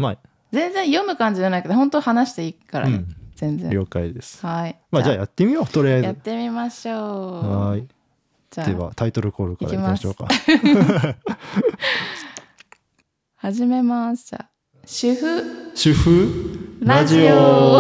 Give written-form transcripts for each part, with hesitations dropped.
まあ全然読む感じじゃないけど本当話していいからね、全然了解です。 はい。 まあじゃあやってみよう、とりあえず。 やってみましょう。 はい。 じゃあではタイトルコールからいきましょうか。 始めます。じゃあ主婦ラジオ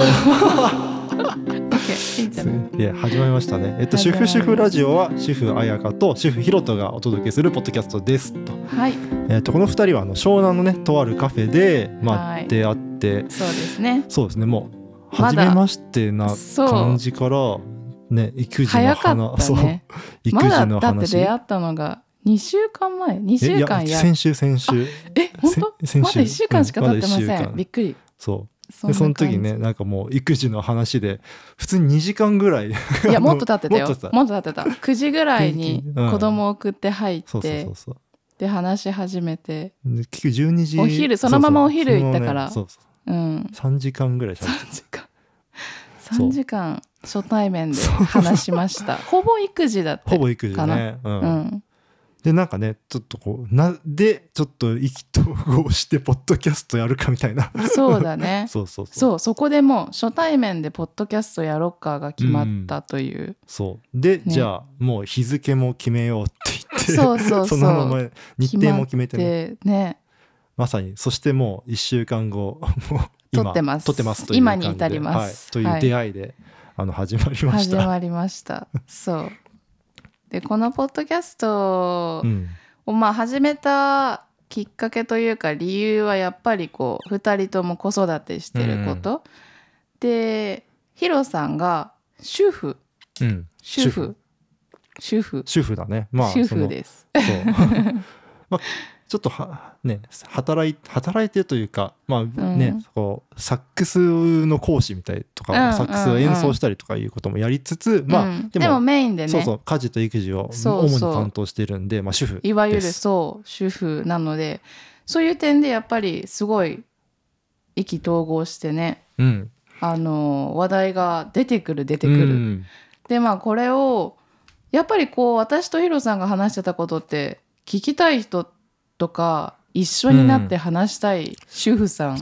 いいじゃん。 いや始まりましたね。主婦ラジオは主婦彩香と主婦ひろとがお届けするポッドキャストですと。 はい。 この2人は湘南のねとあるカフェで、出会って、 そうですね。 そうですね、もう初めましてな感じからね、育児の早かったね。 育児の話。 まだだって出会ったのが2週間前、2週間や先週本当？まだ1週間しか経ってません。びっくり。 そうでその時ね、なんかもう育児の話で普通に2時間ぐらいいやもっと経ってたよ。もっと経ってた。9時ぐらいに子供を送って入ってで話し始めて、 結局12時お昼そのままお昼行ったから、 3時間ぐらい喋って 3時間初対面で話しました。ほぼ育児だってほぼ育児ね。でなんかねちょっとこうでちょっと意気投合してポッドキャストやるかみたいな。 そうだね。そこでもう初対面でポッドキャストやろっかが決まったという。 そうで、じゃあもう日付も決めようって言って、そのまま日程も決めてね。まさにそしてもう1週間後もう今撮ってますという感じで、 今に至ります、 という出会いで始まりました。 そうでこのポッドキャストを始めたきっかけというか理由はやっぱりこう2人とも子育てしてること、でヒロさんが主婦だね。 主婦ですまあちょっとね働いてるというか、こうサックスの講師みたいとか、サックスを演奏したりとかいうこともやりつつ、 でもメインでね、 家事と育児を主に担当してるんで、主婦です。 いわゆる主婦なので、そういう点でやっぱりすごい意気投合してね、話題が出てくる。でこれをやっぱりこう私とヒロさんが話してたことって聞きたい人とか一緒になって話したい主婦が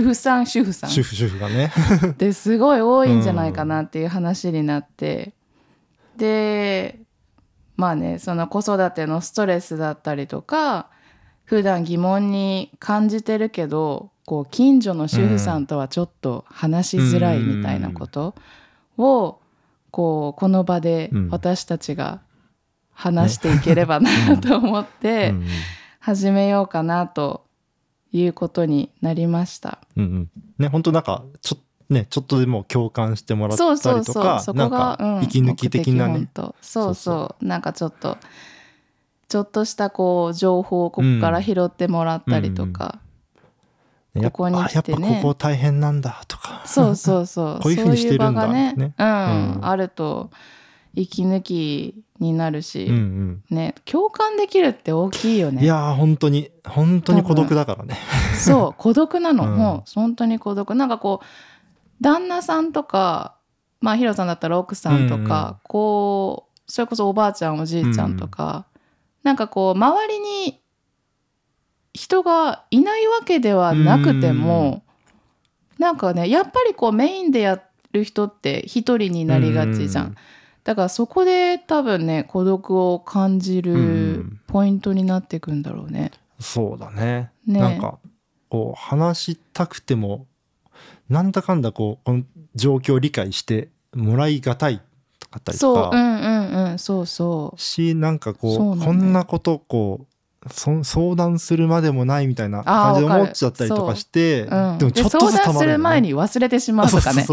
ねですごい多いんじゃないかなっていう話になって、でその子育てのストレスだったりとか普段疑問に感じてるけどこう近所の主婦さんとはちょっと話しづらいみたいなことをこの場で私たちが話していければなと思って始めようかなということになりました。 本当なんかちょっとでも共感してもらったりとか、 そこが息抜き的なね、 なんかちょっとしたこう情報をここから拾ってもらったりとか、ここに来てね、 やっぱここ大変なんだとか、 こういうふうにしてるんだね、あると息抜きになるし、共感できるって大きいよね。 いや本当に孤独だからね。 そう孤独なの、もう本当に孤独。なんかこう旦那さんとか、ヒロさんだったら奥さんとか、こうそれこそおばあちゃんおじいちゃんとか、なんかこう周りに人がいないわけではなくても、なんかねやっぱりこうメインでやる人って一人になりがちじゃん。だからそこで多分ね孤独を感じるポイントになっていくんだろうね。 そうだね。なんかこう話したくてもなんだかんだこの状況を理解してもらいがたいとかあったりとか、 そうし、なんかこんなこと相談するまでもないみたいな感じで思っちゃったりとかして、でもちょっとずつたまるよね。相談する前に忘れてしまうとかね。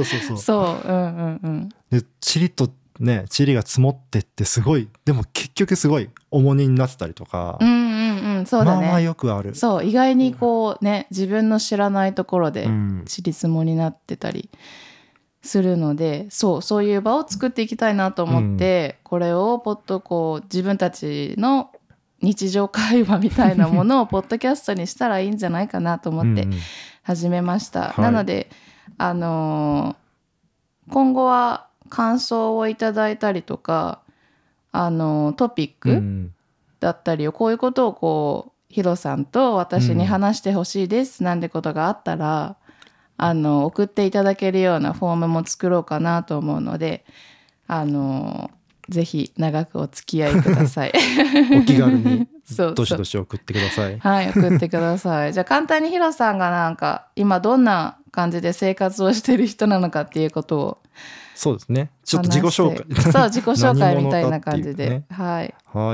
でチリが積もってってすごい、でも結局すごい重荷になってたりとか、 そうだね。 よくある。 そう意外にこうね自分の知らないところでちり積もになってたりするので、そういう場を作っていきたいなと思って、これをポッとこう自分たちの日常会話みたいなものをポッドキャストにしたらいいんじゃないかなと思って始めました。なので今後は感想をいただいたりとかトピックだったりをこういうことをこうヒロさんと私に話してほしいですなんてことがあったら、送っていただけるようなフォームも作ろうかなと思うので、ぜひ長くお付き合いください。 お気軽にどしどし送ってください。 はい、送ってください。じゃあ簡単にヒロさんがなんか今どんな感じで生活をしてる人なのかっていうことを、 そうですね。ちょっと自己紹介。 そう、自己紹介みたいな感じで、 ね、 はい。 はい。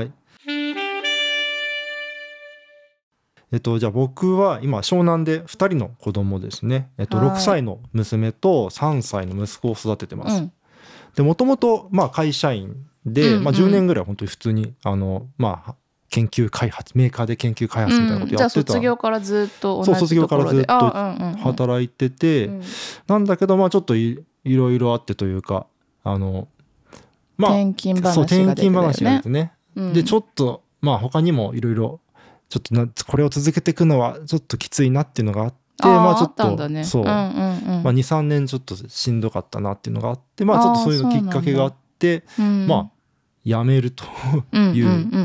じゃあ僕は今湘南で2人の子供ですね。6歳の娘と3歳の息子を育ててます。で、もともと会社員で、10年ぐらい本当に普通に研究開発、メーカーで研究開発みたいなことやってた。 じゃあ卒業からずっと同じところで。 そう、卒業からずっと働いてて、なんだけどちょっといろいろあってというか、 転勤話が出てたよね。 転勤話が出てね。でちょっと他にもいろいろちょっとこれを続けていくのはちょっときついなっていうのがあって、ちょっと、ね、そう、2、3年ちょっとしんどかったなっていうのがあって、ちょっとそういうのきっかけがあって、辞めるという、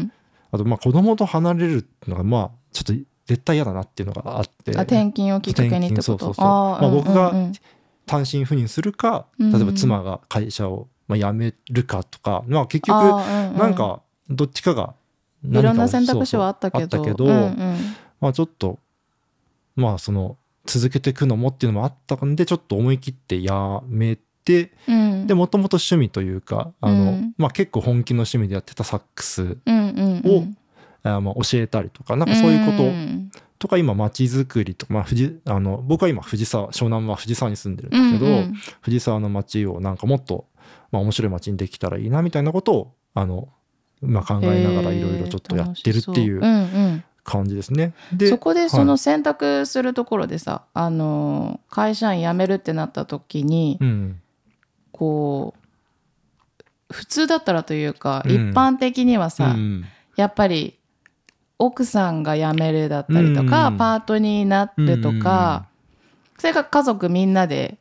あと子供と離れるのがちょっと絶対嫌だなっていうのがあって、 転勤をきっかけにってこと。 僕が単身赴任するか、例えば妻が会社を辞めるかとか、結局なんかどっちかがいろんな選択肢はあったけど、 ちょっとその続けていくのもっていうのもあったんで、ちょっと思い切ってやめて、でもともと趣味というか結構本気の趣味でやってたサックスを教えたりとか、なんかそういうこととか、今街づくりとか、僕は今湘南は藤沢に住んでるんですけど、藤沢の街をなんかもっと面白い街にできたらいいなみたいなことを考えながらいろいろちょっとやってるっていう感じですね。 でそこでその選択するところでさ、会社員辞めるってなった時に、こう普通だったらというか、一般的にはさ、やっぱり奥さんが辞めるだったりとか、パートになるとか、それから家族みんなで、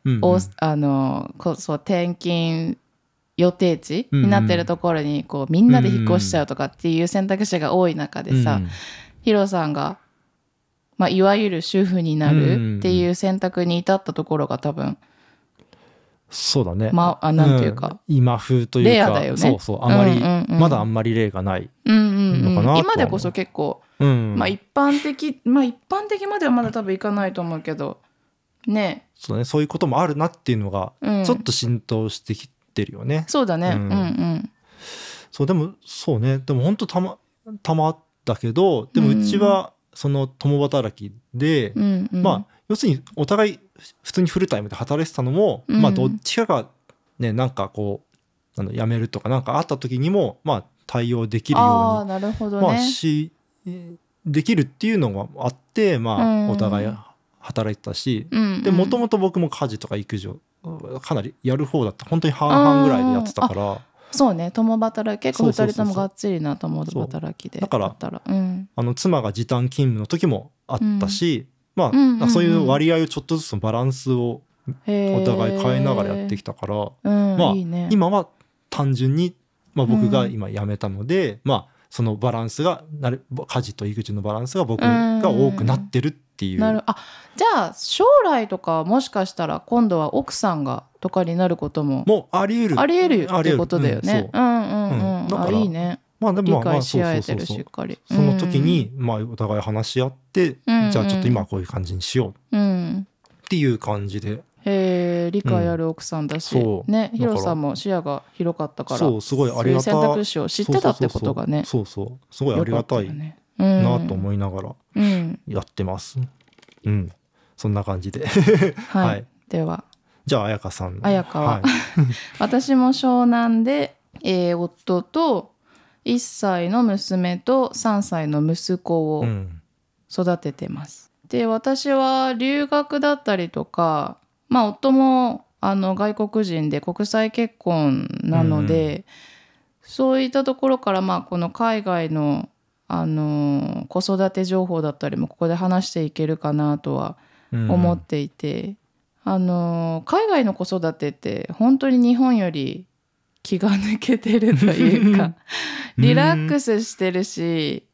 転勤予定地になってるところにこうみんなで引っ越しちゃうとかっていう選択肢が多い中でさ、ヒロさんが、いわゆる主婦になるっていう選択に至ったところが多分、 そうだね、 なんていうか、 今風というかレアだよね。 あまり、まだあんまり例がないのかなと。 今でこそ結構、一般的まではまだ多分いかないと思うけどね。 そういうこともあるなっていうのがちょっと浸透してきてるよね。 そうだね。 でも本当たまだけど、でもうちはその共働きで、要するにお互い普通にフルタイムで働いてたのも、どっちかがね、なんかこう辞めるとかなんかあった時にも対応できるように、できるっていうのがあって、お互い働いてたし、でもともと僕も家事とか育児をかなりやる方だった。本当に半々ぐらいでやってたから。 そうね、共働き結構2人ともがっつりな共働きで。 だから妻が時短勤務の時もあったし、そういう割合をちょっとずつバランスをお互い変えながらやってきたから、今は単純に、僕が今辞めたので、そのバランスが家事と育児のバランスが僕が多くなってるっていう。じゃあ将来とかもしかしたら今度は奥さんがとかになることもあり得るってことだよね。いいね。理解し合えてるしっかり。 その時にお互い話し合って、じゃあちょっと今こういう感じにしようっていう感じで。 理解ある奥さんだし、ね、ヒロさんも視野が広かったから、 すごいありがたい。 選択肢を知ってたってことがね、 すごいありがたいなと思いながらやってます。そんな感じではい。ではじゃあ彩香さん。 彩香は私も湘南で、夫と1歳の娘と3歳の息子を育ててます。で、私は留学だったりとか、夫も外国人で国際結婚なので、そういったところからこの海外の、子育て情報だったりもここで話していけるかなとは思っていて、海外の子育てって本当に日本より気が抜けてるというかリラックスしてるし、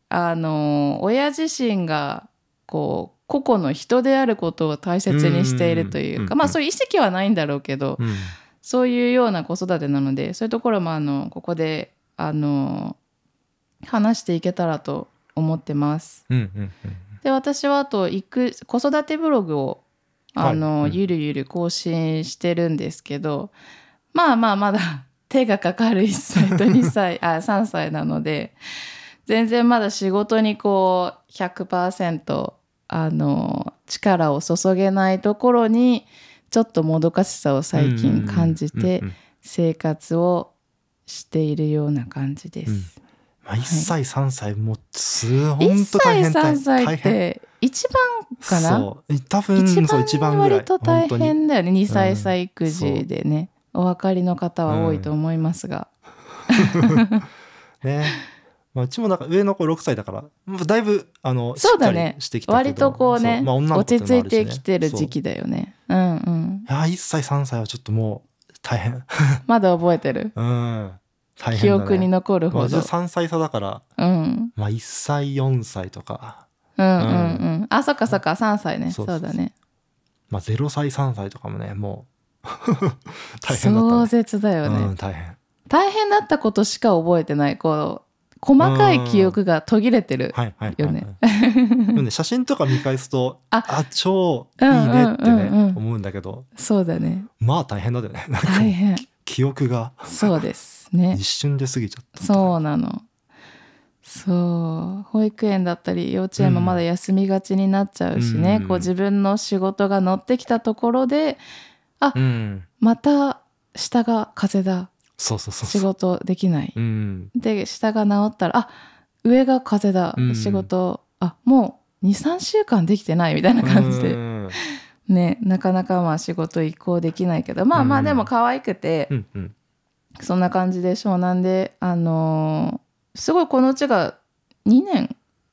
親自身がこう個々の人であることを大切にしているというか、まあそういう意識はないんだろうけど、そういうような子育てなので、そういうところもここで話していけたらと思ってます。で、私はあと子育てブログをゆるゆる更新してるんですけど、まだ手がかかる1歳と2歳3歳なので、全然まだ仕事にこう 100% 力を注げないところにちょっともどかしさを最近感じて生活をしているような感じです。 1歳3歳も本当大変。 1歳3歳って一番かな。 そう多分一番ぐらい割と大変だよね。2歳差育児でね、お分かりの方は多いと思いますが、 ね。うちもなんか上の子6歳だからだいぶそうだね、 しっかりしてきたけど、割とこうね、落ち着いてきてる時期だよね。1 歳3歳はちょっともう大変。まだ覚えてる。 大変だね、 記憶に残るほど。 3歳差だから、1歳4歳とか。 あ、そっかそっか、3歳ね。そうだね。 0歳3歳とかもね、もう大変だったね。 壮絶だよね。大変だったことしか覚えてない。こう細かい記憶が途切れてるよね。 写真とか見返すと超いいねってね思うんだけど、 そうだね。 まあ大変だよね。 大変。 記憶がそうですね。 一瞬で過ぎちゃった。 そうなの。そう、保育園だったり幼稚園もまだ休みがちになっちゃうしね、こう自分の仕事が乗ってきたところでまた下が風邪だ、仕事できない、で下が治ったら上が風邪だ、仕事もう 2,3 週間できてないみたいな感じでね、なかなか仕事移行できないけど、でも可愛くて、そんな感じで湘南ですごいこのうちが1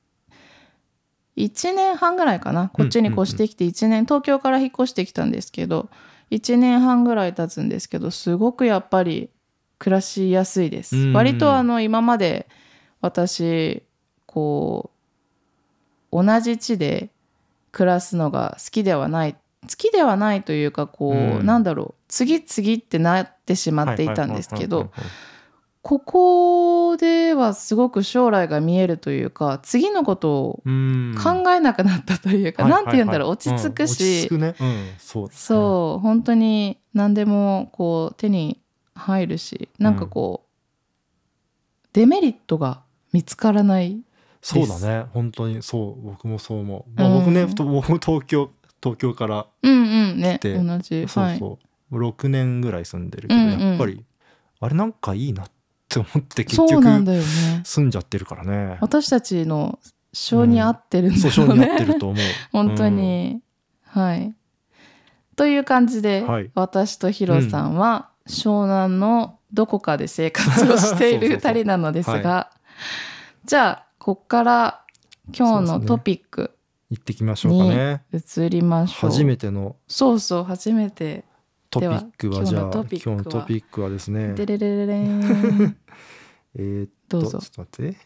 年半ぐらいかな、こっちに越してきて1年、東京から引っ越してきたんですけど1年半ぐらい経つんですけど、すごくやっぱり暮らしやすいです。割と今まで私こう同じ地で暮らすのが好きではないというか、こう、なんだろう、次々ってなってしまっていたんですけど、ここではすごく将来が見えるというか、次のことを考えなくなったというか、なんて言うんだろう、落ち着くし、そう本当に何でもこう手に入るし、なんかこうデメリットが見つからないです。 そうだね、本当にそう、僕もそう思う。僕ね、東京から来て、 同じ、 6年ぐらい住んでるけど、やっぱりあれなんかいいなって思って結局住んじゃってるからね。 私たちの性に合ってるんだよね。 性に合ってると思う。 本当に、という感じで、私とヒロさんは湘南のどこかで生活をしている2人なのですが、じゃあこっから今日のトピック行ってきましょうかね。 移りましょう。 初めての初めてトピックは、じゃあ今日のトピックはですね、 デレレレレンどうぞ。 ちょっと待って、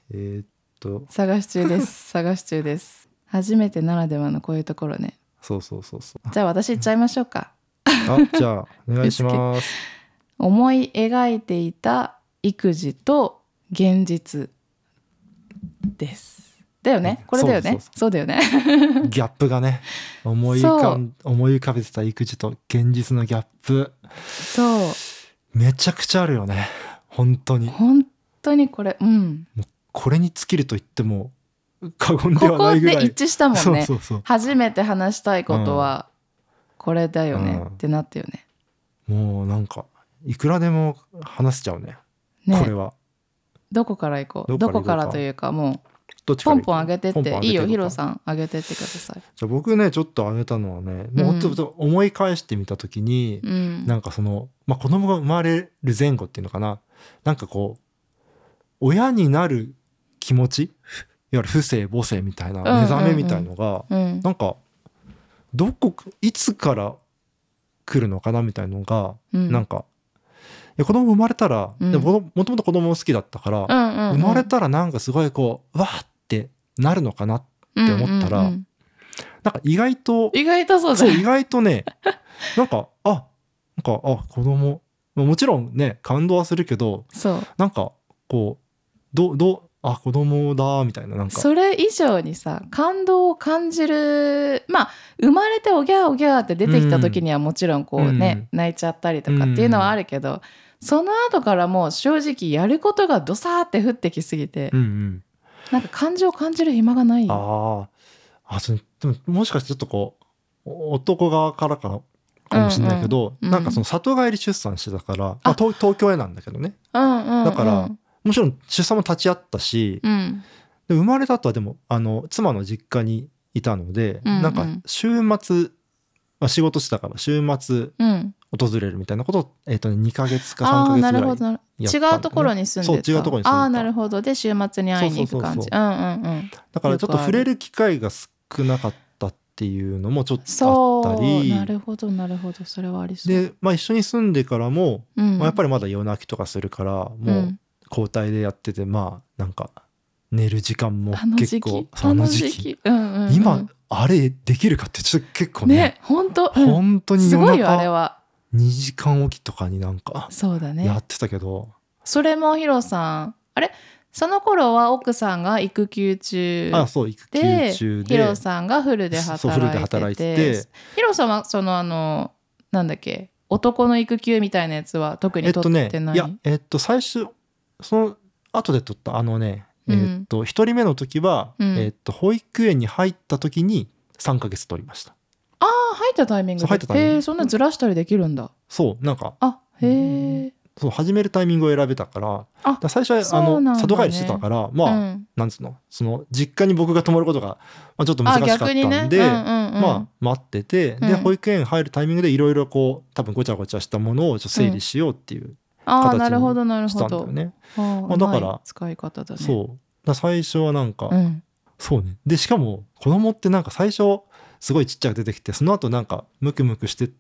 探し中です初めてならではのこういうところね。 そうじゃあ私行っちゃいましょうか。 じゃあお願いします。 思い描いていた育児と現実です。だよね、これだよね。そうだよね。 ギャップがね、思い浮かべてた育児と現実のギャップ、めちゃくちゃあるよね。本当にこれ、 これに尽きると言っても過言ではないぐらい。 ここで一致したもんね。初めて話したいことはこれだよねってなったよね。 もうなんかいくらでも話せちゃうね。これはどこから行こう。どこからというか、もうポンポン上げてっていいよ。ヒロさん上げてってください。 じゃあ僕ね、ちょっと上げたのはね、もうちょっと思い返してみた時に、なんか子供が生まれる前後っていうのかな、なんかこう親になる気持ち、いわゆる父性母性みたいな目覚めみたいのが、なんかいつから来るのかなみたいのが、なんか子供生まれたら、もともと子供好きだったから、生まれたらなんかすごいこうわーっってなるのかなって思ったら、なんか意外とそうだ、 意外とねなんか子供もちろんね感動はするけど、なんかこう子供だみたいな、なんかそれ以上にさ感動を感じる、まあ生まれておぎゃーおぎゃーって出てきた時にはもちろんこうね、泣いちゃったりとかっていうのはあるけど、その後からもう正直やることがドサーって降ってきすぎて、なんか感情を感じる暇がないよ。 でももしかしてちょっとこう男側からかもしれないけど、なんかその里帰り出産してたから、東京へなんだけどね、だからもちろん出産も立ち会ったし、で生まれた後はでも妻の実家にいたので、なんか週末、仕事してたから週末訪れるみたいなことを、2ヶ月か3ヶ月ぐらいやったんだよね。 違うところに住んでた。 そう、違うところに住んでた。 なるほど。で週末に会いに行く感じ。だからちょっと触れる機会が少なかったっていうのもちょっとあったり。 なるほどなるほど、それはありそう。 で、一緒に住んでからも、やっぱりまだ夜泣きとかするから、もう交代でやってて、なんか寝る時間も結構あの時期、 今あれできるかってちょっと結構ね、 本当にすごいよあれは。 2時間おきとかになんかやってたけど、 それもヒロさんその頃は奥さんが育休中でヒロさんがフルで働いてて、ヒロさんはそのなんだっけ、男の育休みたいなやつは特に取ってない？ 最初その後で取った1人目の時は、保育園に入った時に3ヶ月取りました。 入ったタイミングで。そんなずらしたりできるんだ。 そうなんかそう始めるタイミングを選べたから、最初は里帰りしてたから、なんつうの、その実家に僕が泊まることがちょっと難しかったんで、待ってて、で保育園入るタイミングでいろいろこう多分ごちゃごちゃしたものをちょっと整理しようっていう形にしたんだよね。だから使い方だね。 そう最初はなんか、そうね。でしかも子供ってなんか最初すごいちっちゃく出てきて、その後なんかムクムクしてって、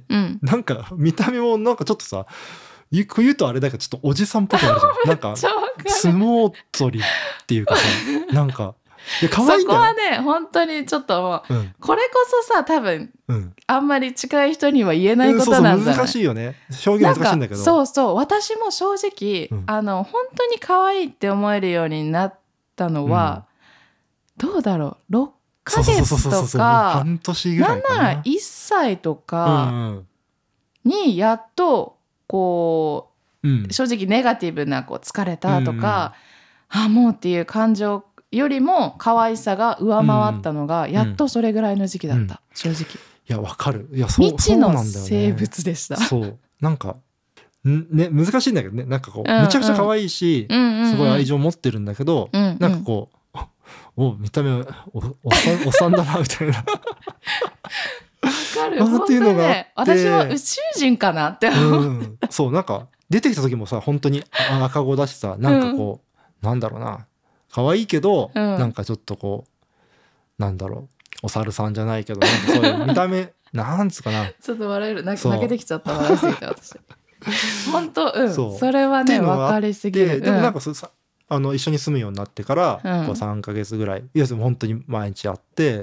なんか見た目もなんかちょっとさ、言うとあれだけどちょっとおじさんっぽくなるじゃん。なんか相撲取りっていうかさ、なんか可愛いんだよ。 そこはね本当にちょっともう、これこそさ多分、あんまり近い人には言えないことなんだよね。 難しいよね。表現難しいんだけど。 そう私も正直、本当に可愛いって思えるようになったのは、どうだろう、6ヶ月とか半年ぐらいかな。 なんなら1歳とかにやっとこう、正直ネガティブなこう疲れたとか、もうっていう感情よりも可愛さが上回ったのが、やっとそれぐらいの時期だった、正直。 いやわかる。 未知の生物でした。 そうなんかね、難しいんだけどね、なんかこうめちゃくちゃ可愛いし、すごい愛情持ってるんだけど、なんかこう見た目おっさんだなみたいな。 わかる。本当にね、私は宇宙人かなって思って。 そうなんか出てきた時もさ、本当に赤子だしさ、なんかこう、なんだろうな、可愛いけど、なんかちょっとこうなんだろう、お猿さんじゃないけど、なんかそういう見た目なんつうかな。 ちょっと笑える、泣けてきちゃった、笑いすぎて私。本当、それはね分かりすぎる。 でもなんか一緒に住むようになってから、こう3ヶ月ぐらい、要するに本当に毎日会って、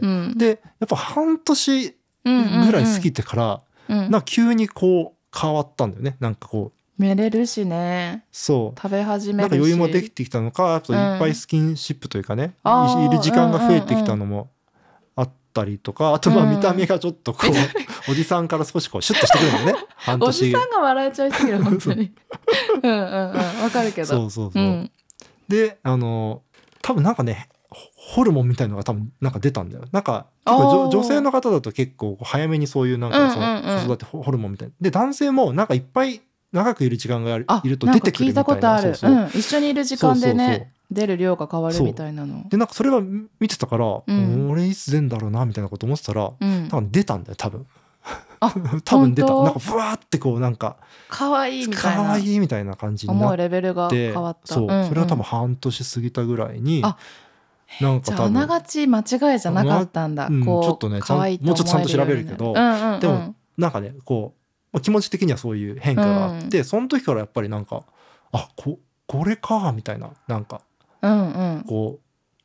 でやっぱ半年ぐらい過ぎてから、なんか急にこう変わったんだよね。なんかこう寝れるしね、食べ始めるし、 なんか余裕もできてきたのか、あといっぱいスキンシップというかね、いる時間が増えてきたのもあったりとか、あと見た目がちょっとこうおじさんから少しこうシュッとしてくるんだよね。半年おじさんが笑えちゃいすぎる本当に。わかるけど。 そう。で多分なんかね、ホルモンみたいのが多分なんか出たんだよ。なんか結構女性の方だと結構早めにそういうなんかその子育てホルモンみたいな。で男性もなんかいっぱい長くいる時間がいると出てくるみたいな。聞いたことある。 一緒にいる時間でね、出る量が変わるみたいなの。 でなんかそれは見てたから、俺いつ出んだろうなみたいなこと思ってたら、多分出たんだよ多分。多分出た。なんかふわーってこうなんか可愛いみたいな、 可愛いみたいな感じになって、 思うレベルが変わった。 それは多分半年過ぎたぐらいに、 なんかじゃああながち間違いじゃなかったんだ。こうちょっとね、もうちょっとちゃんと調べるけど、でもなんかね、こう気持ち的にはそういう変化があって、その時からやっぱりなんかこれかみたいな、なんかこう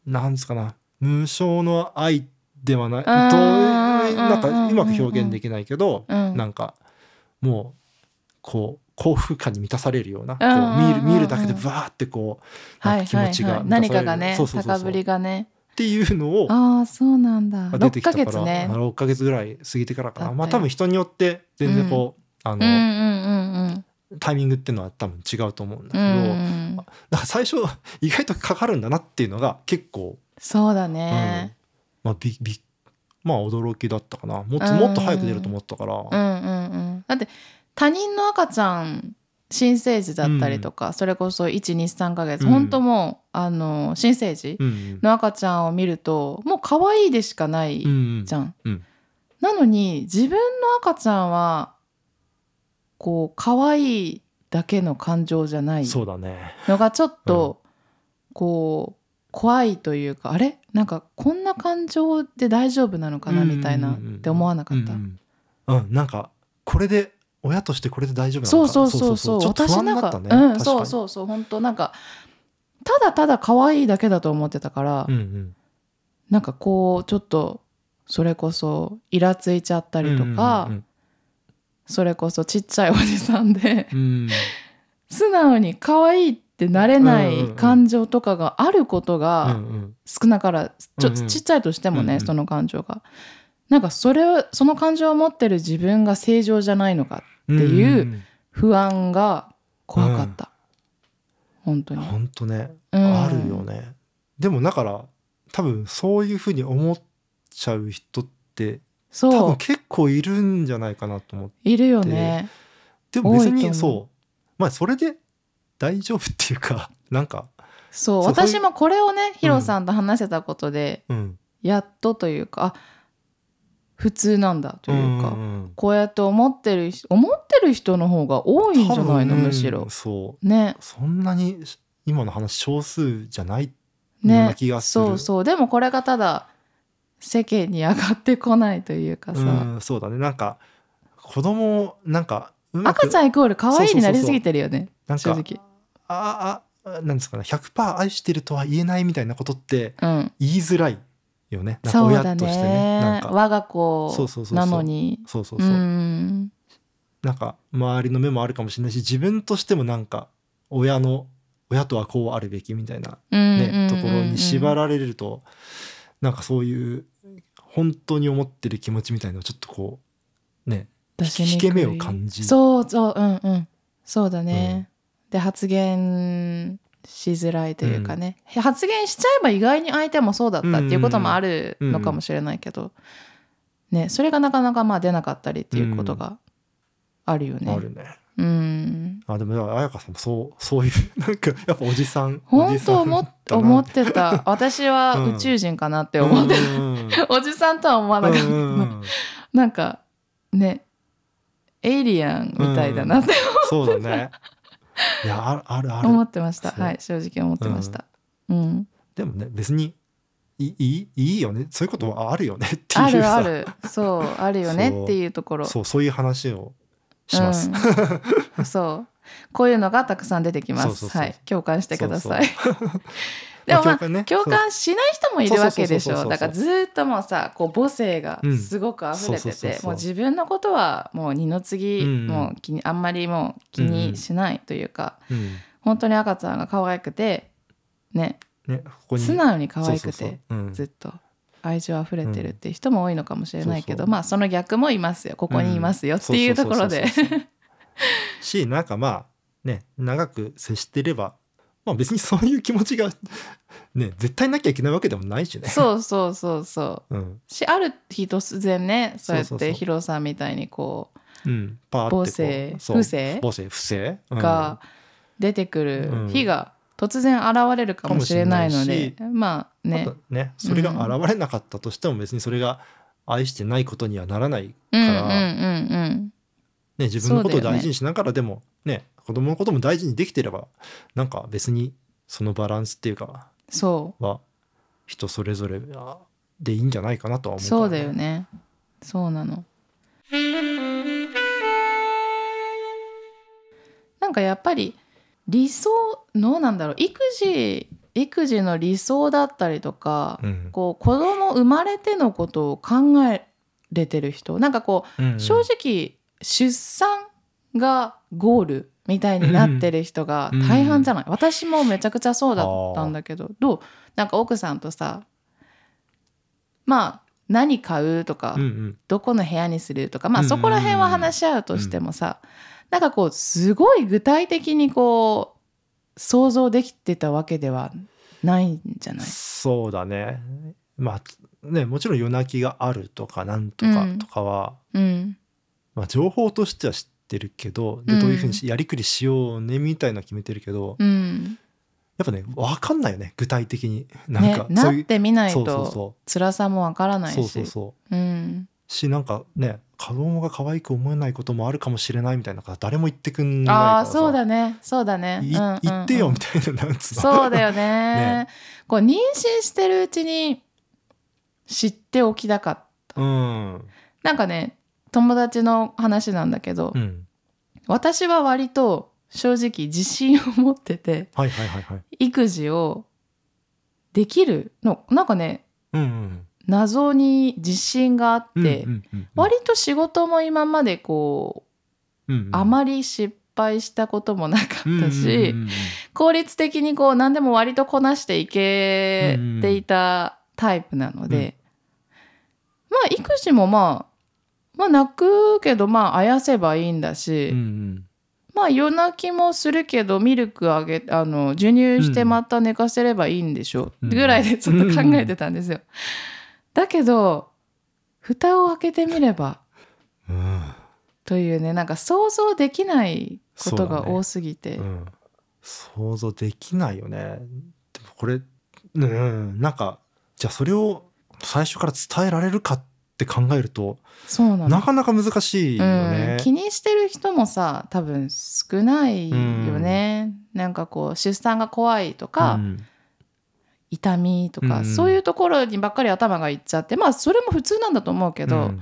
なんですかな、無償の愛ではないと、なんかうまく表現できないけど、なんかもうこう幸福感に満たされるような、こう見るだけでバーってこうなんか気持ちが満たされる、 何かがね、高ぶりがねっていうのを、 そうなんだ、6ヶ月ね、 6ヶ月ぐらい過ぎてからかな、まあ多分人によって全然こう、タイミングっていうのは多分違うと思うんだけど、なんか最初意外とかかるんだなっていうのが結構、 そうだね、 まあまあ驚きだったかな。もっと早く出ると思ったから、 だって他人の赤ちゃん新生児だったりとか、それこそ 1,2,3 ヶ月、本当もう新生児の赤ちゃんを見るともう可愛いでしかないじゃん、なのに自分の赤ちゃんはこう可愛いだけの感情じゃないのがちょっとこう怖いというか、あれなんかこんな感情で大丈夫なのかなみたいなって思わなかった？ なんかこれで親としてこれで大丈夫なのか、 そうちょっと不安になったね。そう本当なんかただただ可愛いだけだと思ってたから、なんかこうちょっとそれこそイラついちゃったりとか、それこそちっちゃいおじさんで、素直に可愛いってなれない感情とかがあることが少なからちっちゃいとしてもね、その感情がなんかその感情を持ってる自分が正常じゃないのかっていう不安が怖かった、本当にね、あるよね。でもだから多分そういうふうに思っちゃう人って多分結構いるんじゃないかなと思って。 いるよね。 でも別にまあそれで大丈夫っていうか、なんか私もこれをねヒロさんと話せたことで、やっとというか普通なんだというか、こうやって思ってる人の方が多いんじゃないの、むしろ。 ね、そんなに今の話少数じゃないような気がする。 でもこれがただ世間に上がってこないというかさ、 そうだね、なんか子供なんか赤ちゃんイコール可愛いになりすぎてるよね、正直。 なんですかね、100% 愛してるとは言えないみたいなことって言いづらいよね、なんか親としてね。なんか我が子なのに、 なんか周りの目もあるかもしれないし、自分としてもなんか親とはこうあるべきみたいなねところに縛られると、なんかそういう本当に思ってる気持ちみたいなのをちょっとこうね引け目を感じる。 そうだね、で発言しづらいというかね、発言しちゃえば意外に相手もそうだったっていうこともあるのかもしれないけど、ね、それがなかなかまあ出なかったりっていうことがあるよね。 あるね。でも彩香さんもそういうなんかやっぱおじさん本当思ってた。私は宇宙人かなって思ってた、おじさんとは思わなかった、なんかねエイリアンみたいだなってそうだね。いやある思ってました。はい、正直思ってました。 でもね別にいいよね、そういうことはあるよねっていうさ、 あるあるよねっていうところ、 そういう話をします。 こういうのがたくさん出てきます。はい、共感してください。でも共感しない人もいるわけでしょ。だからずっともうさこう母性がすごく溢れてて、もう自分のことはもう二の次、もうあんまりもう気にしないというか、本当に赤ちゃんが可愛くてね、素直に可愛くてずっと愛情溢れてるっていう人も多いのかもしれないけど、まあその逆もいますよ、ここにいますよっていうところでし、なんかまあね長く接してれば、まあ別にそういう気持ちがね絶対なきゃいけないわけでもないしね。し、ある日突然ねそうやってヒロさんみたいにこう母性不正が出てくる日が突然現れるかもしれないので、まあね、それが現れなかったとしても別にそれが愛してないことにはならないから、自分のことを大事にしながらでもね子供のことも大事にできてれば、なんか別にそのバランスっていうかは人それぞれでいいんじゃないかなとは思うからね。 そうだよね、そうなの。なんかやっぱり理想なんだろう、育児育児の理想だったりとか、こう子供生まれてのことを考えれてる人、なんかこう、正直出産がゴールみたいになってる人が大半じゃない、私もめちゃくちゃそうだったんだけど、どうなんか奥さんとさ、まあ何買うとか、どこの部屋にするとか、まあそこら辺は話し合うとしてもさ、なんかこうすごい具体的にこう想像できてたわけではないんじゃない？ そうだね。まあね、もちろん夜泣きがあるとかなんとかとかは、まあ、情報としては知ってるけど、でどういうふうにやりくりしようねみたいなの決めてるけど、やっぱね分かんないよね、具体的に。なんかなってみないと辛さも分からないし、 し、なんかね、子供が可愛く思えないこともあるかもしれないみたいなから誰も言ってくんないからさ。 そうだねそうだね、 言ってよみたいな、なんつうの。 そうだよねこう妊娠してるうちに知っておきたかった、なんかね、友達の話なんだけど、私は割と正直自信を持ってて、育児をできるの、なんかね、謎に自信があって、割と仕事も今までこう、あまり失敗したこともなかったし、効率的にこう何でも割とこなしていけていたタイプなので、まあ育児もまあ泣くけどまああやせばいいんだし、まあ夜泣きもするけどミルクあげ授乳してまた寝かせればいいんでしょ、ぐらいでちょっと考えてたんですよ。だけど蓋を開けてみれば、というね、なんか想像できないことが多すぎて、 想像できないよね。でもこれ、なんかじゃあそれを最初から伝えられるかって考えると、なかなか難しいよね、 気にしてる人もさ多分少ないよね、なんかこう出産が怖いとか、痛みとか、そういうところにばっかり頭がいっちゃって、まあそれも普通なんだと思うけど、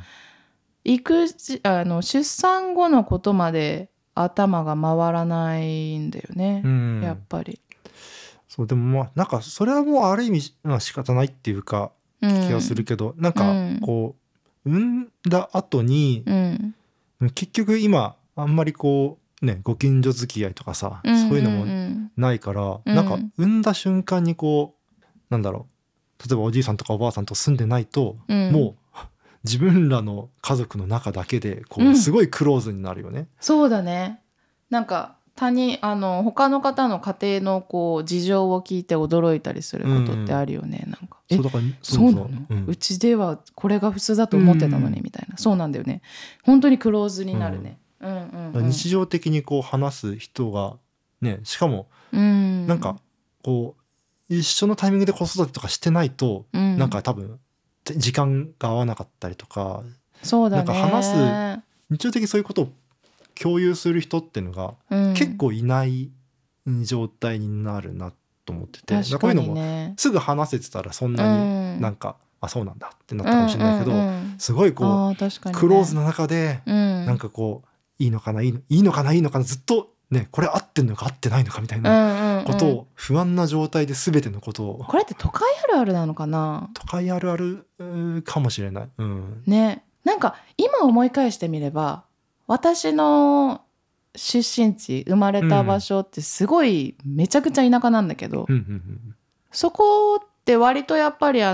出産後のことまで頭が回らないんだよね、やっぱり。 そうでもまあなんかそれはもうある意味、仕方ないっていうか気がするけど、なんかこう産んだ後に、結局今あんまりこうねご近所付き合いとかさ、そういうのもないから、なんか産んだ瞬間にこうなんだろう、例えばおじいさんとかおばあさんと住んでないと、もう自分らの家族の中だけでこうすごいクローズになるよね。 そうだね。なんか他の方の家庭のこう事情を聞いて驚いたりすることってあるよね、なんか。そうなの、うちではこれが普通だと思ってたのにみたいな、そうなんだよね。本当にクローズになるね。 日常的にこう話す人がね、しかもなんかこう一緒のタイミングで子育てとかしてないと、なんか多分時間が合わなかったりとか、 そうだね、 なんか話す日常的にそういうことを共有する人っていうのが結構いない状態になるなと思ってて、こういうのもすぐ話せてたらそんなになんか、あそうなんだってなったかもしれないけど、すごいこうクローズの中でなんかこういいのかないいのかないいのかな、ずっとね、これ合ってんのか合ってないのかみたいなことを不安な状態で全てのことを、 これって都会あるあるなのかな。 都会あるあるかもしれない、 ね。なんか今思い返してみれば、私の出身地生まれた場所ってすごいめちゃくちゃ田舎なんだけど、そこって割とやっぱり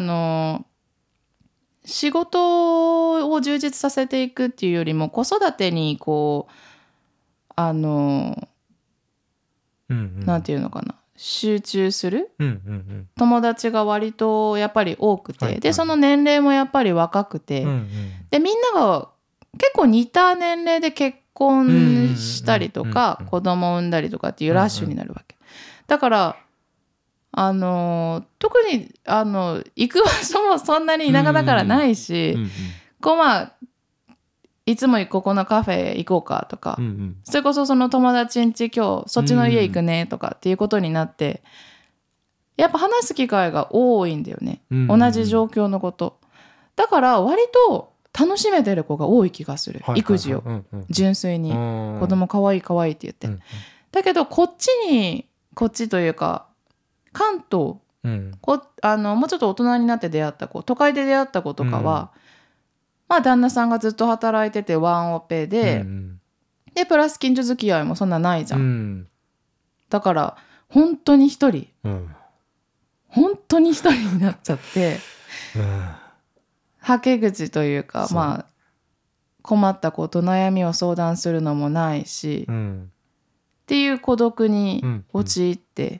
仕事を充実させていくっていうよりも子育てにこうなんていうのかな、集中する友達が割とやっぱり多くて、でその年齢もやっぱり若くて、でみんなが結構似た年齢で結婚したりとか子供を産んだりとかっていうラッシュになるわけ。だから特に行く場所もそんなに田舎だからないし、こうまあいつもここのカフェ行こうかとか、それこそその友達ん家今日そっちの家行くねとかっていうことになって、やっぱ話す機会が多いんだよね、同じ状況のこと。だから割と楽しめてる子が多い気がする、育児を。純粋に子供かわいいかわいいって言って、だけどこっちというか関東、 うん、 もうちょっと大人になって出会った子、都会で出会った子とかは、まあ旦那さんがずっと働いててワンオペで、でプラス近所付き合いもそんなないじゃん、だから本当に一人、本当に一人になっちゃって、はけ口というか、まあ困ったこと悩みを相談するのもないし、っていう孤独に陥って、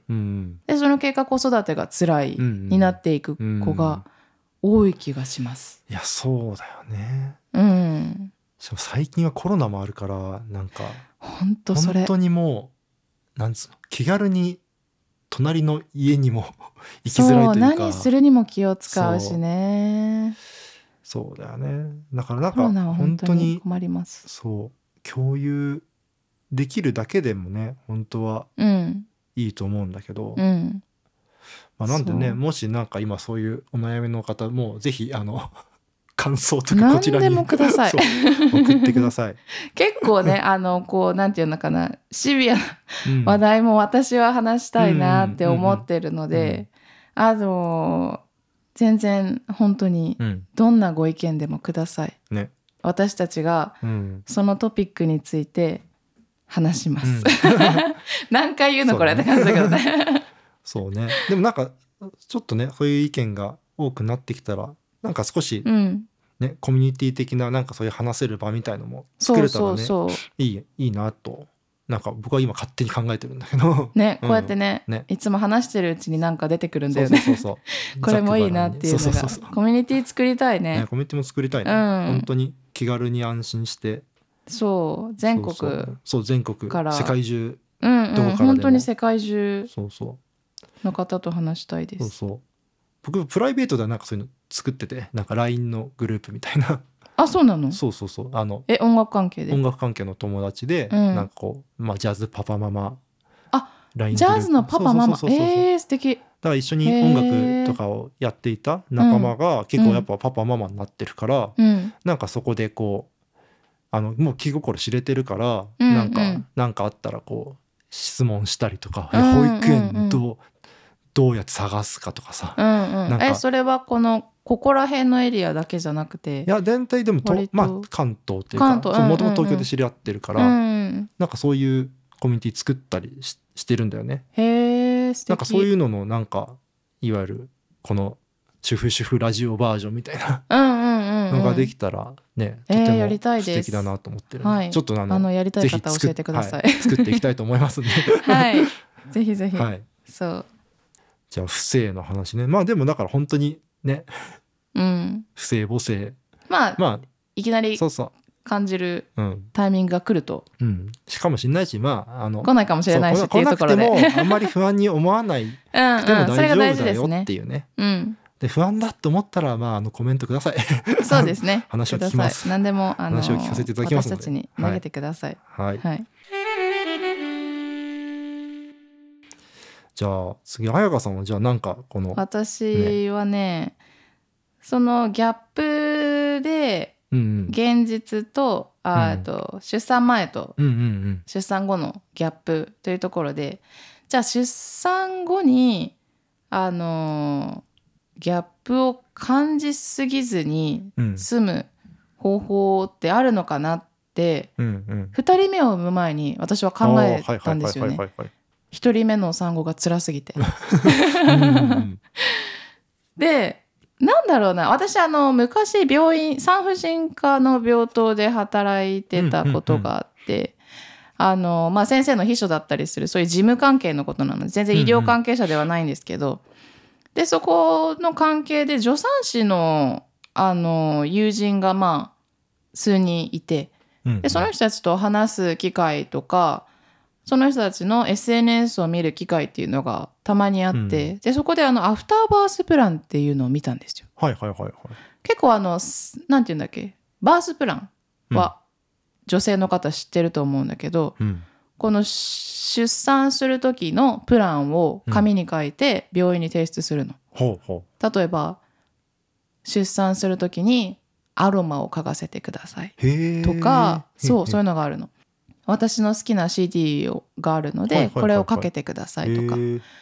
でその結果子育てが辛いになっていく子が多い気がします。 いやそうだよね。しかも最近はコロナもあるからなんか本当にもうなんつうの気軽に隣の家にも行きづらいというか、 何するにも気を使うしね。 そうだよね。だからなんか本当に困ります。 そう共有できるだけでもね本当はいいと思うんだけど、まあ、なんでねもしなんか今そういうお悩みの方もぜひ感想とかこちらに何でもください送ってください。 結構ねこうなんていうのかな、シビアな話題も私は話したいなって思ってるので、全然本当にどんなご意見でもください、私たちがそのトピックについて話します、何回言うのこれって感じだけどねそうね。でもなんかちょっとねそういう意見が多くなってきたらなんか少しコミュニティ的ななんかそういう話せる場みたいのも作れたらねいいなとなんか僕は今勝手に考えてるんだけどね、こうやってねいつも話してるうちになんか出てくるんだよね。これもいいなっていうのがコミュニティ作りたいね。 コミュニティも作りたいね、本当に気軽に安心して全国から世界中どこからでも本当に世界中の方と話したいです。 僕プライベートではなんかそういうの作っててなんか LINE のグループみたいな。 あ、そうなの？ そう音楽関係で？ 音楽関係の友達で、なんかこう、ジャズパパママ LINE ジャズのパパママ素敵。 だから一緒に音楽とかをやっていた仲間が結構やっぱパパママになってるから、なんかそこでこうもう気心知れてるから、なんかあったらこう質問したりとか、保育園どうやって探すかとかさ、 なんかそれはここら辺のエリアだけじゃなくて、 いや全体でも関東っていうかもともと東京で知り合ってるから、なんかそういうコミュニティ作ったりしてるんだよね。 へー、素敵。 なんかそういうののなんかいわゆるこの主婦ラジオバージョンみたいなのができたらね、とても素敵だなと思ってるんで、ちょっとやりたい方教えてください。 作っていきたいと思いますんではい、ぜひぜひ。そうじゃあ不正の話ね。でもだから本当にね、不正母性いきなり感じるタイミングが来ると、 しかもしれないし、来ないかもしれないしっていうところで、 来なくてもあんまり不安に思わないくても大丈夫だよっていうね。で不安だと思ったらコメントください。そうですね。話を聞きます。 何でも話を聞かせていただきますので、 私たちに投げてください。 はい。じゃあ次彩香さんはじゃあなんかこの私はね、そのギャップで現実と、出産前と出産後のギャップというところで、じゃあ出産後にギャップを感じすぎずに済む方法ってあるのかなって、2人目を産む前に私は考えたんですよね。1人目の産後が辛すぎてで、なんだろうな、私昔産婦人科の病棟で働いてたことがあって、先生の秘書だったりするそういう事務関係のことなので全然医療関係者ではないんですけど、でそこの関係で助産師の友人が数人いて、でその人たちと話す機会とかその人たちの SNS を見る機会っていうのがたまにあって、でそこでアフターバースプランっていうのを見たんですよ。結構なんていうんだっけ、バースプランは女性の方知ってると思うんだけど、この出産する時のプランを紙に書いて病院に提出するの。例えば出産する時にアロマを嗅がせてくださいとか、そういうのがあるの。私の好きな CD があるのでこれをかけてくださいとか、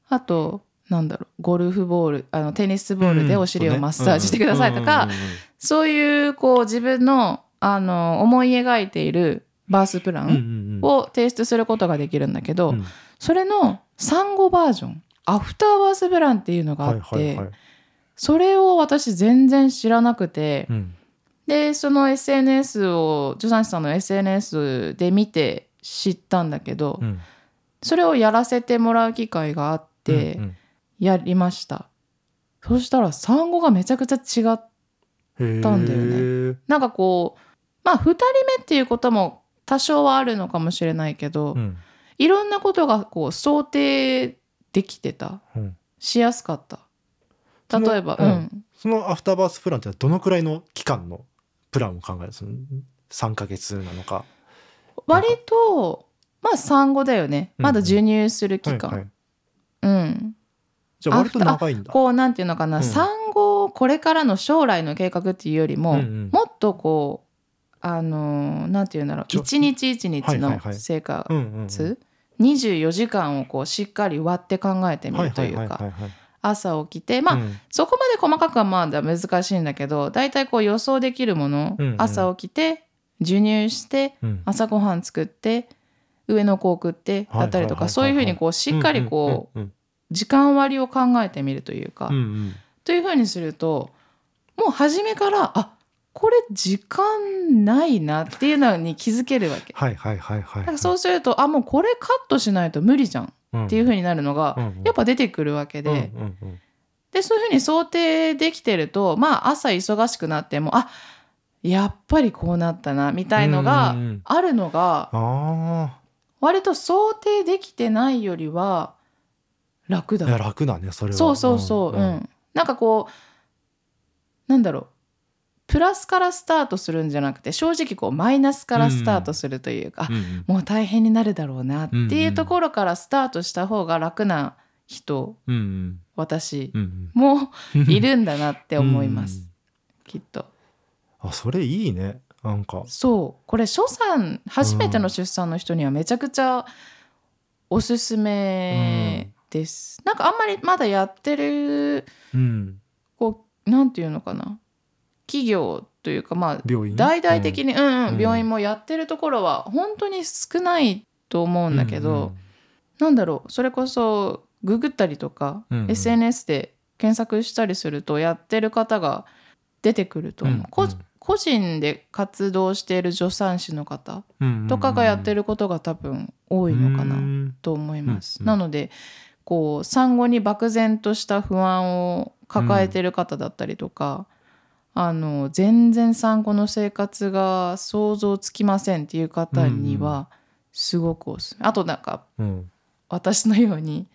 あとなんだろう、ゴルフボール、テニスボールでお尻をマッサージしてくださいとか、そういうこう自分の思い描いているバースプランを提出することができるんだけど、それの産後バージョン、アフターバースプランっていうのがあって、それを私全然知らなくて、でその SNS を助産師さんの SNS で見て知ったんだけど、それをやらせてもらう機会があってやりました。そしたら産後がめちゃくちゃ違ったんだよね。なんかこうまあ2人目っていうことも多少はあるのかもしれないけど、いろんなことがこう想定できてた、しやすかった。例えばそのアフターバースプランってどのくらいの期間のプランを考えるんですか？3ヶ月なのか。 割とまあ産後だよね。まだ授乳する期間。 じゃあ割と長いんだ。 こうなんていうのかな、産後これからの将来の計画っていうよりも、もっとこうなんていうんだろう、一日一日の生活、24時間をこうしっかり割って考えてみるというか、朝起きてまあ、そこまで細かくはまだ難しいんだけど、だいたいこう予想できるもの、朝起きて授乳して、朝ごはん作って上の子を送ってだったりとか、そういうふうにこうしっかりこう時間割を考えてみるというか、というふうにするともう初めからこれ時間ないなっていうのに気づけるわけ。だからそうするともうこれカットしないと無理じゃんっていう風になるのがやっぱ出てくるわけで、でそういう風に想定できてると、まあ朝忙しくなってもやっぱりこうなったなみたいのがあるのが、割と想定できてないよりは楽だ。 いや楽だねそれは。 そう、なんかこうなんだろう、プラスからスタートするんじゃなくて、正直こうマイナスからスタートするというか、もう大変になるだろうなっていうところからスタートした方が楽な人、私もいるんだなって思います、きっと。 それいいね。なんかそうこれ初産初めての出産の人にはめちゃくちゃおすすめです、なんかあんまりまだやってる、こうなんていうのかな、企業というかまあ大々的に病院もやってるところは本当に少ないと思うんだけど、なんだろう、それこそググったりとか、SNS で検索したりするとやってる方が出てくると思う、個人で活動している助産師の方とかがやってることが多分多いのかなと思います、なのでこう産後に漠然とした不安を抱えてる方だったりとか、全然産後の生活が想像つきませんっていう方にはすごくおすすめ。あとなんか、私のように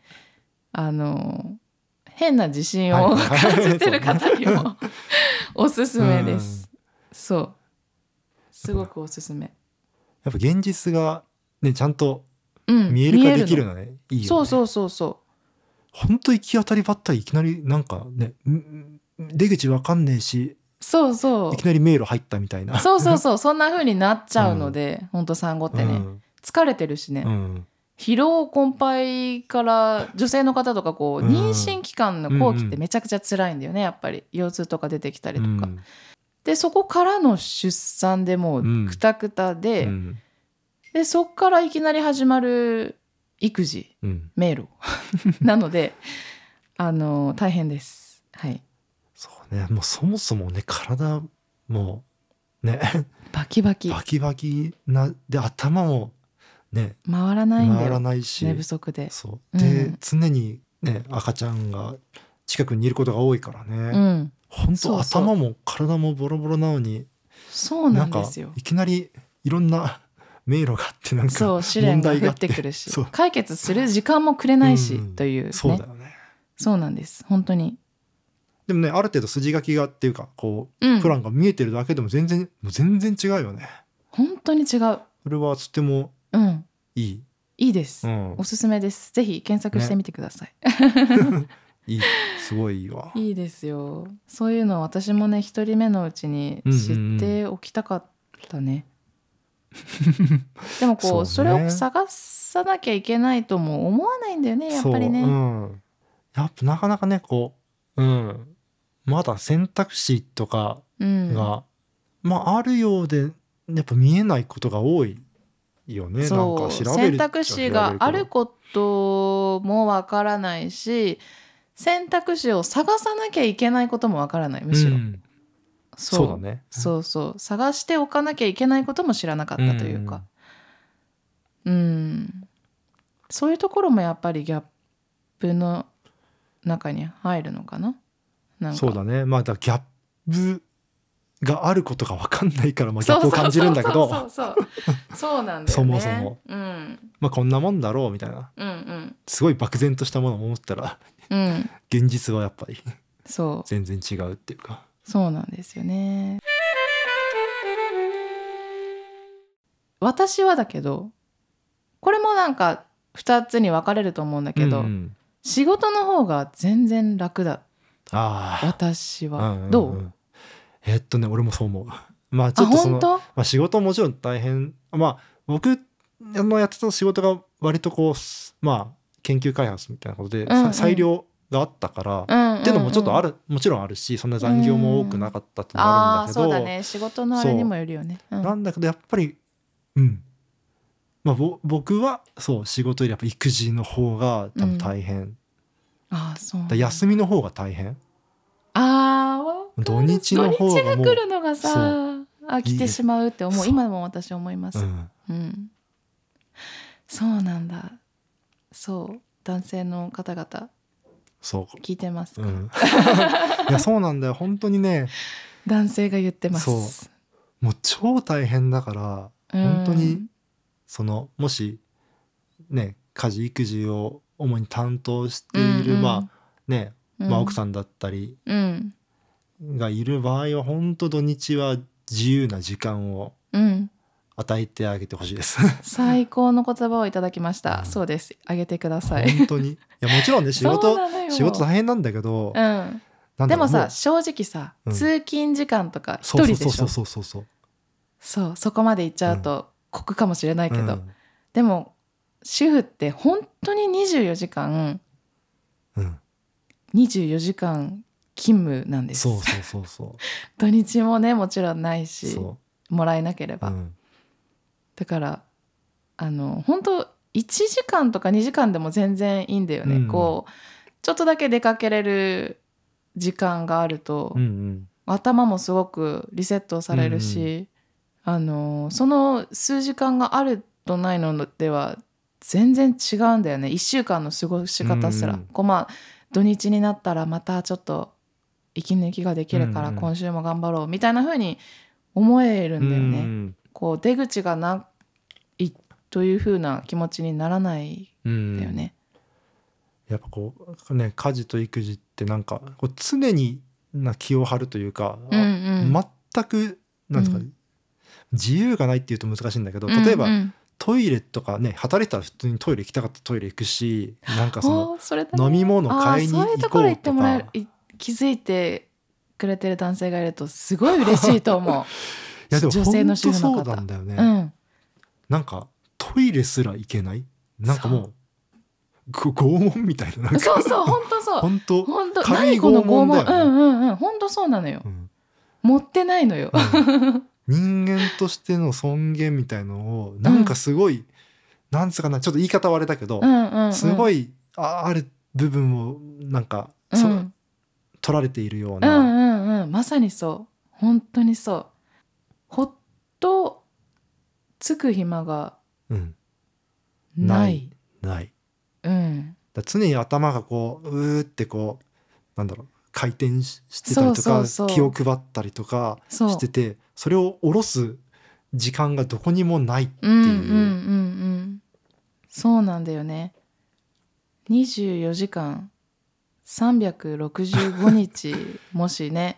変な自信を感じてる方にもおすすめです、そうすごくおすすめ。 やっぱ現実がねちゃんと見える化できるのね、いいよね。 そう本当行き当たりばったりいきなりなんかね出口わかんねえし、いきなり迷路入ったみたいな、 そんな風になっちゃうので、本当産後ってね、疲れてるしね、疲労困憊から女性の方とかこう妊娠期間の後期ってめちゃくちゃ辛いんだよね、やっぱり腰痛とか出てきたりとか、でそこからの出産でもうクタクタで、でそっからいきなり始まる育児、迷路なので大変です。 そうね、もうそもそもね体もねバキバキなで頭もね回らないんだよ、 回らないし寝不足で。 で、常にね赤ちゃんが近くにいることが多いからね、本当頭も体もボロボロなのに、 そうなんですよ、 なんかいきなりいろんな迷路があって、なんか試練が降ってくるし解決する時間もくれないし、というね。 そうだよね。 そうなんです本当に。 でもね、ある程度筋書きがっていうかこう、プランが見えてるだけでも全然違うよね。 本当に違う。 それはとてもいいです、おすすめです。ぜひ検索してみてください、 いい、すごいいいわ。 いいですよ。そういうの私もね一人目のうちに知っておきたかったね、でもこう それを探さなきゃいけないとも思わないんだよねやっぱりね。 やっぱなかなかねこう、まだ選択肢とかが、あるようでやっぱ見えないことが多いよね。なんか調べる選択肢があることもわからないし、選択肢を探さなきゃいけないこともわからない、むしろ。 そうだね。 そう探しておかなきゃいけないことも知らなかったというか、そういうところもやっぱりギャップの中に入るのかな。なんかそうだね。だギャップがあることが分かんないから、ギャップを感じるんだけど、 そうなんだよね。 そもそも、こんなもんだろうみたいな、すごい漠然としたものを思ったら、現実はやっぱり全然違うっていうか。 そうなんですよね。私はだけど、これもなんか2つに分かれると思うんだけど、仕事の方が全然楽だ。私は、どう？ 俺もそう思う。ちょっとその仕事ももちろん大変。僕のやってた仕事が割とこう研究開発みたいなことで、裁量があったから、っていうのもちょっともちろんあるし、そんな残業も多くなかったってのもあるんだけど、 そうだね、仕事のあれにもよるよね。 なんだけどやっぱり僕は仕事よりやっぱ育児の方が多分大変。そう休みの方が大変。土日の方がもう土日が来るのがさ来てしまうって思う。今も私思います。そうなんだ。男性の方々聞いてますか？ いやそうなんだよ本当にね。 男性が言ってます。 もう超大変だから本当にもしね家事育児を主に担当している奥さんだったりがいる場合は本当土日は自由な時間を与えてあげてほしいです。 最高の言葉をいただきました。そうです。あげてください。 本当に。いやもちろんね仕事大変なんだけど、 でもさ正直さ、通勤時間とか一人でしょ。そこまで行っちゃうと酷かもしれないけど、でも主婦って本当に24時間勤務なんです。土日もねもちろんないしもらえなければ、だから本当1時間とか2時間でも全然いいんだよね。こうちょっとだけ出かけれる時間があると、頭もすごくリセットされるし、その数時間があるとないのでは全然違うんだよね。1週間の過ごし方すら、土日になったらまたちょっと息抜きができるから今週も頑張ろうみたいな風に思えるんだよね。こう出口がないという風な気持ちにならないんだよね。 やっぱこうね家事と育児ってなんかこう常に気を張るというか、全くなんですか、自由がないっていうと難しいんだけど、例えば、トイレとかね働いてたら普通にトイレ行きたかったらトイレ行くし、なんか飲み物買いに行こうとか、そういうところ行ってもらえる、 気づいてくれてる男性がいるとすごい嬉しいと思う。 いやでも女性の主婦の方、 そうなんだよね。なんかトイレすら行けない、なんかもう拷問みたいな、なんかそう本当そう本当軽い拷問だよね。本当そうなのよ。持ってないのよ。 人間としての尊厳みたいのをなんかすごい、なんつうかな、ちょっと言い方はあれだけど、すごいある部分をなんか、取られているような、 まさにそう本当にそう。ほっとつく暇がない、だ常に頭がこうってこうなんだろう回転してたりとか、気を配ったりとかしてて、それを下ろす時間がどこにもないっていう、 そうなんだよね。24時間365日もしね、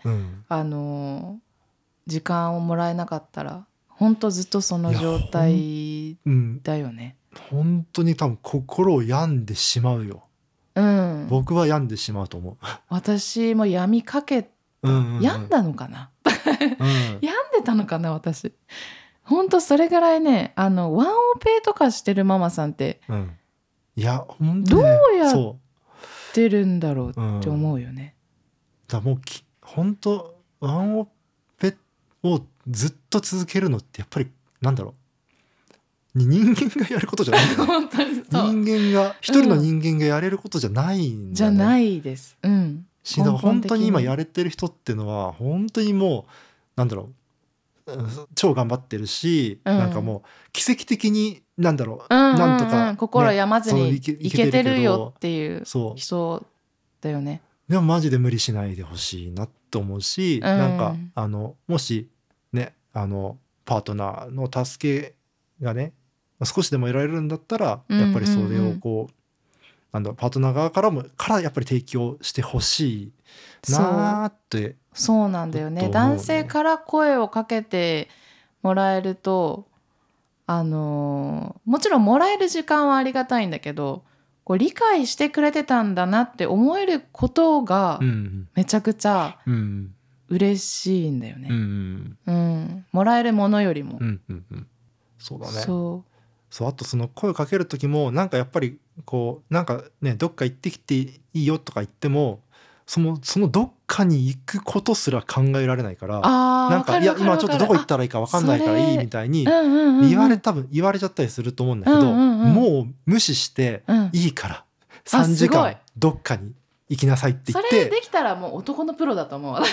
時間をもらえなかったら本当ずっとその状態だよね。 本当に多分心を病んでしまうよ。僕は病んでしまうと思う。 私も病みかけた、病んだのかな病んでたのかな私。 ほんとそれぐらいね、ワンオペとかしてるママさんって、 うん、いや本当、 ね、 どうやってるんだろうって思うよね。 だもう本当ワンオペをずっと続けるのってやっぱりなんだろう、人間がやることじゃないんだよ本当にそう。 人間が一人の人間がやれることじゃないんだよね。 じゃないです。うん。 だから本当に今やれてる人っていうのは本当にもうなんだろう、超頑張ってるし、なんかもう奇跡的になんだろう、なんとか、ね、 心病まずにいけてるよっていう人だよね。 でもマジで無理しないでほしいなと思うし、なんかもしねパートナーの助けがね少しでも得られるんだったら、やっぱりそれをこうなんだパートナー側からやっぱり提供してほしいなって。 そうなんだよね。男性から声をかけてもらえるともちろんもらえる時間はありがたいんだけど、こう理解してくれてたんだなって思えることがめちゃくちゃ嬉しいんだよね。もらえるものよりも。 そうだね。そうあとその声をかける時もなんかやっぱりこうなんかねどっか行ってきていいよとか言ってもそのどっかに行くことすら考えられないから、なんかいや今ちょっとどこ行ったらいいか分かんないからいいみたいに言われちゃったりすると思うんだけど、もう無視していいから3時間どっかに行きなさいって言って、 それできたらもう男のプロだと思う。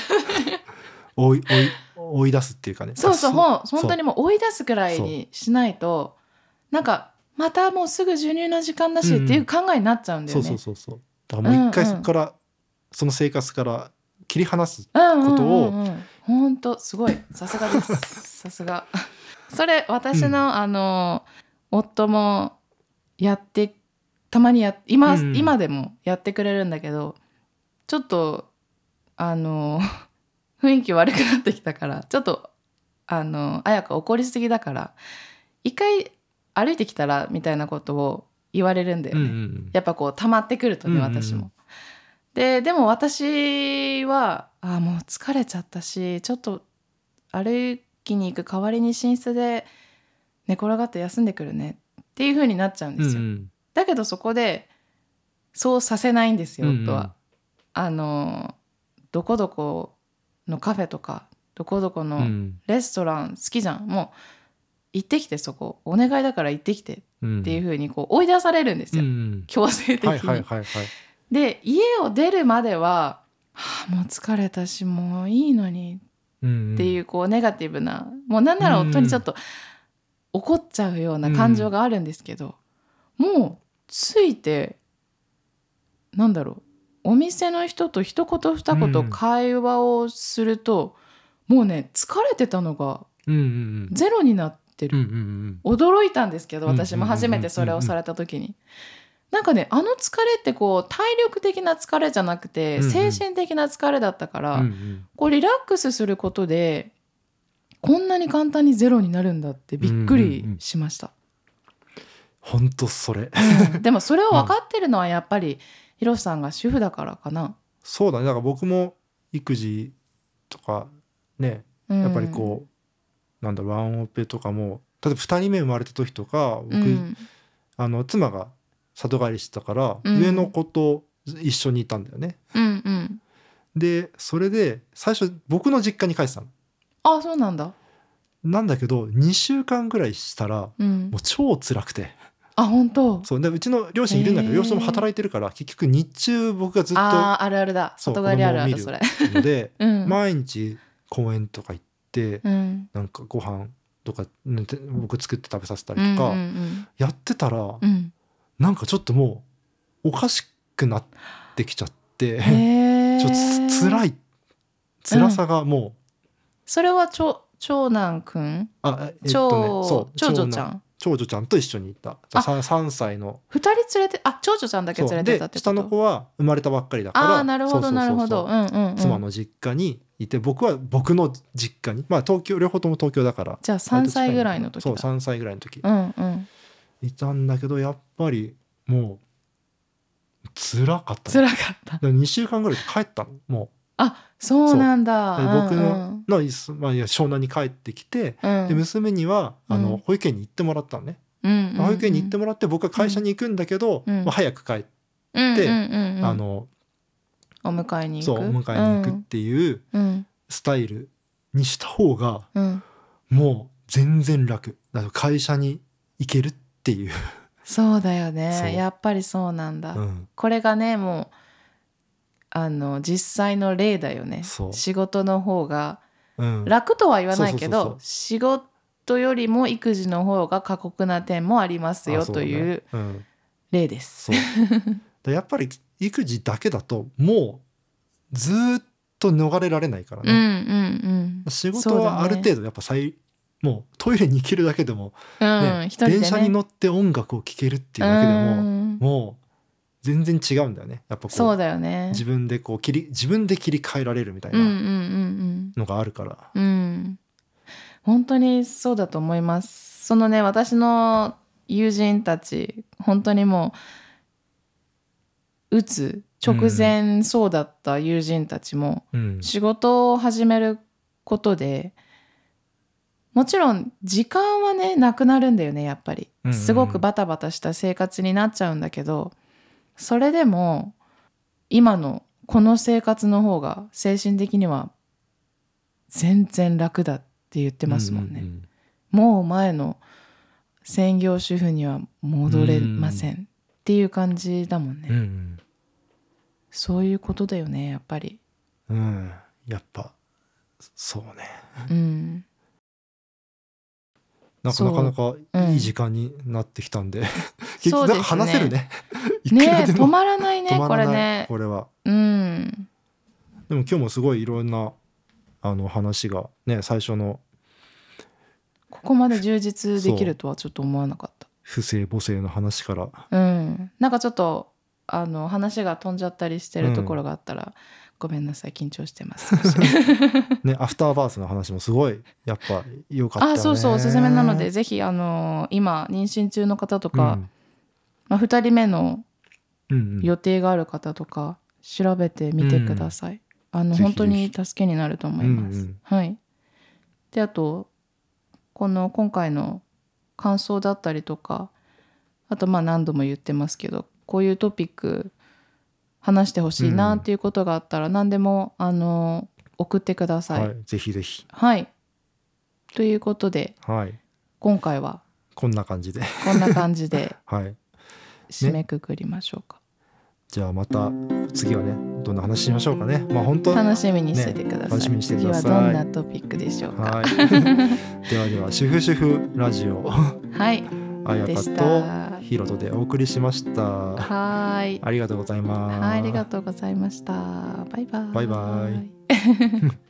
追い出すっていうかね。 そう本当にもう追い出すくらいにしないとなんかまたもうすぐ授乳の時間だしっていう考えになっちゃうんだよね。 そうだからもう一回そこからその生活から切り離すことを、 本当すごいさすがですさすが。それ私の、夫もやってたまに今でもやってくれるんだけど、ちょっと雰囲気悪くなってきたからちょっと彩香怒りすぎだから一回歩いてきたらみたいなことを言われるんだよね。やっぱこう溜まってくるとね、私も。でも私はもう疲れちゃったしちょっと歩きに行く代わりに寝室で寝転がって休んでくるねっていう風になっちゃうんですよ。だけどそこでそうさせないんですよ、夫は。どこどこのカフェとかどこどこのレストラン好きじゃん、もう行ってきてそこお願いだから行ってきてっていう風にこう追い出されるんですよ、強制的に。で家を出るまでは、もう疲れたしもういいのにっていうこうネガティブな、もうなんなら夫にちょっと怒っちゃうような感情があるんですけど、もうついてなんだろう、お店の人と一言二言会話をすると、もうね疲れてたのがゼロになってる、驚いたんですけど、私も初めてそれをされた時に、なんかね疲れってこう体力的な疲れじゃなくて精神的な疲れだったから、こうリラックスすることでこんなに簡単にゼロになるんだってびっくりしました。 本当それ、 でもそれを分かってるのはやっぱりひろしさんが主婦だからかな。 そうだね。だから僕も育児とかね、やっぱりこうなんだワンオペとかも例えば2人目生まれた時とか僕、妻が里帰りしてたから、上の子と一緒にいたんだよね。でそれで最初僕の実家に帰ってたの。 あ、そうなんだ。 なんだけど2週間ぐらいしたら、もう超辛くて。 あ、本当。 そうでうちの両親いるんだけど、両親も働いてるから結局日中僕がずっとあるあるだ、里帰りあるあるそれので、毎日公園とか行って、なんかご飯とか僕作って食べさせたりとかやってたら、なんかちょっともうおかしくなってきちゃってちょっと辛さがもう、 それは長男くん、長女ちゃん、 長女ちゃんと一緒にいた。3歳の 2人連れて、長女ちゃんだけ連れてたってこと。 で下の子は生まれたばっかりだから、 なるほどなるほど、 妻の実家にいて、僕は僕の実家に、東京、両方とも東京だから、 じゃあ3歳ぐらいの時だ。 そう3歳ぐらいの時、いたんだけどやっぱりもう辛かった、 2週間ぐらいで帰ったの。もあ、そうなんだ。 僕の、まあ、湘南に帰ってきて、で娘には保育園に行ってもらったのね。保育園に行ってもらって僕は会社に行くんだけど、まあ、早く帰って、 お迎えに行く、 そうお迎えに行くっていうスタイルにした方が、もう全然楽だから、会社に行けるっていう。 そうだよね、やっぱりそうなんだ、これがねもう実際の例だよね。仕事の方が楽とは言わないけど、仕事よりも育児の方が過酷な点もありますよという例です。 やっぱり育児だけだともうずっと逃れられないからね。仕事はある程度やっぱもうトイレに行けるだけでも、電車に乗って音楽を聴けるっていうだけでも、もう全然違うんだよね。やっぱこう、 そうだよね。 自分で自分で切り替えられるみたいなのがあるから、 本当にそうだと思います。そのね、私の友人たち本当にもう打つ直前そうだった友人たちも、仕事を始めることでもちろん時間はねなくなるんだよね。やっぱりすごくバタバタした生活になっちゃうんだけど、それでも今のこの生活の方が精神的には全然楽だって言ってますもんね。もう前の専業主婦には戻れませんっていう感じだもんね。そういうことだよね、やっぱり。 やっぱそうね。なかなかいい時間になってきたんで、結局話せるね。 ね、止まらないね、これね。 これは。でも今日もすごいいろんな話がね、最初のここまで充実できるとはちょっと思わなかった。 不正母性の話から、 なんかちょっと話が飛んじゃったりしてるところがあったら、ごめんなさい、緊張してますね。アフターバースの話もすごいやっぱ良かったね。 そうそう、おすすめなのでぜひ今妊娠中の方とか、2人目の予定がある方とか調べてみてください。本当に助けになると思います。で、あと今回の感想だったりとか、あと何度も言ってますけど、こういうトピック話してほしいなっていうことがあったら、何でも送ってください。 ぜひぜひ。 ということで、今回はこんな感じで締めくくりましょうか。 じゃあまた次はね、どんな話しましょうかね。本当楽しみにしててください。 楽しみにしてください。 次はどんなトピックでしょうか。 では主婦ラジオ、あやかとひろとでお送りしました。ありがとうございます。 ありがとうございました。バイバイ。 バイバイ。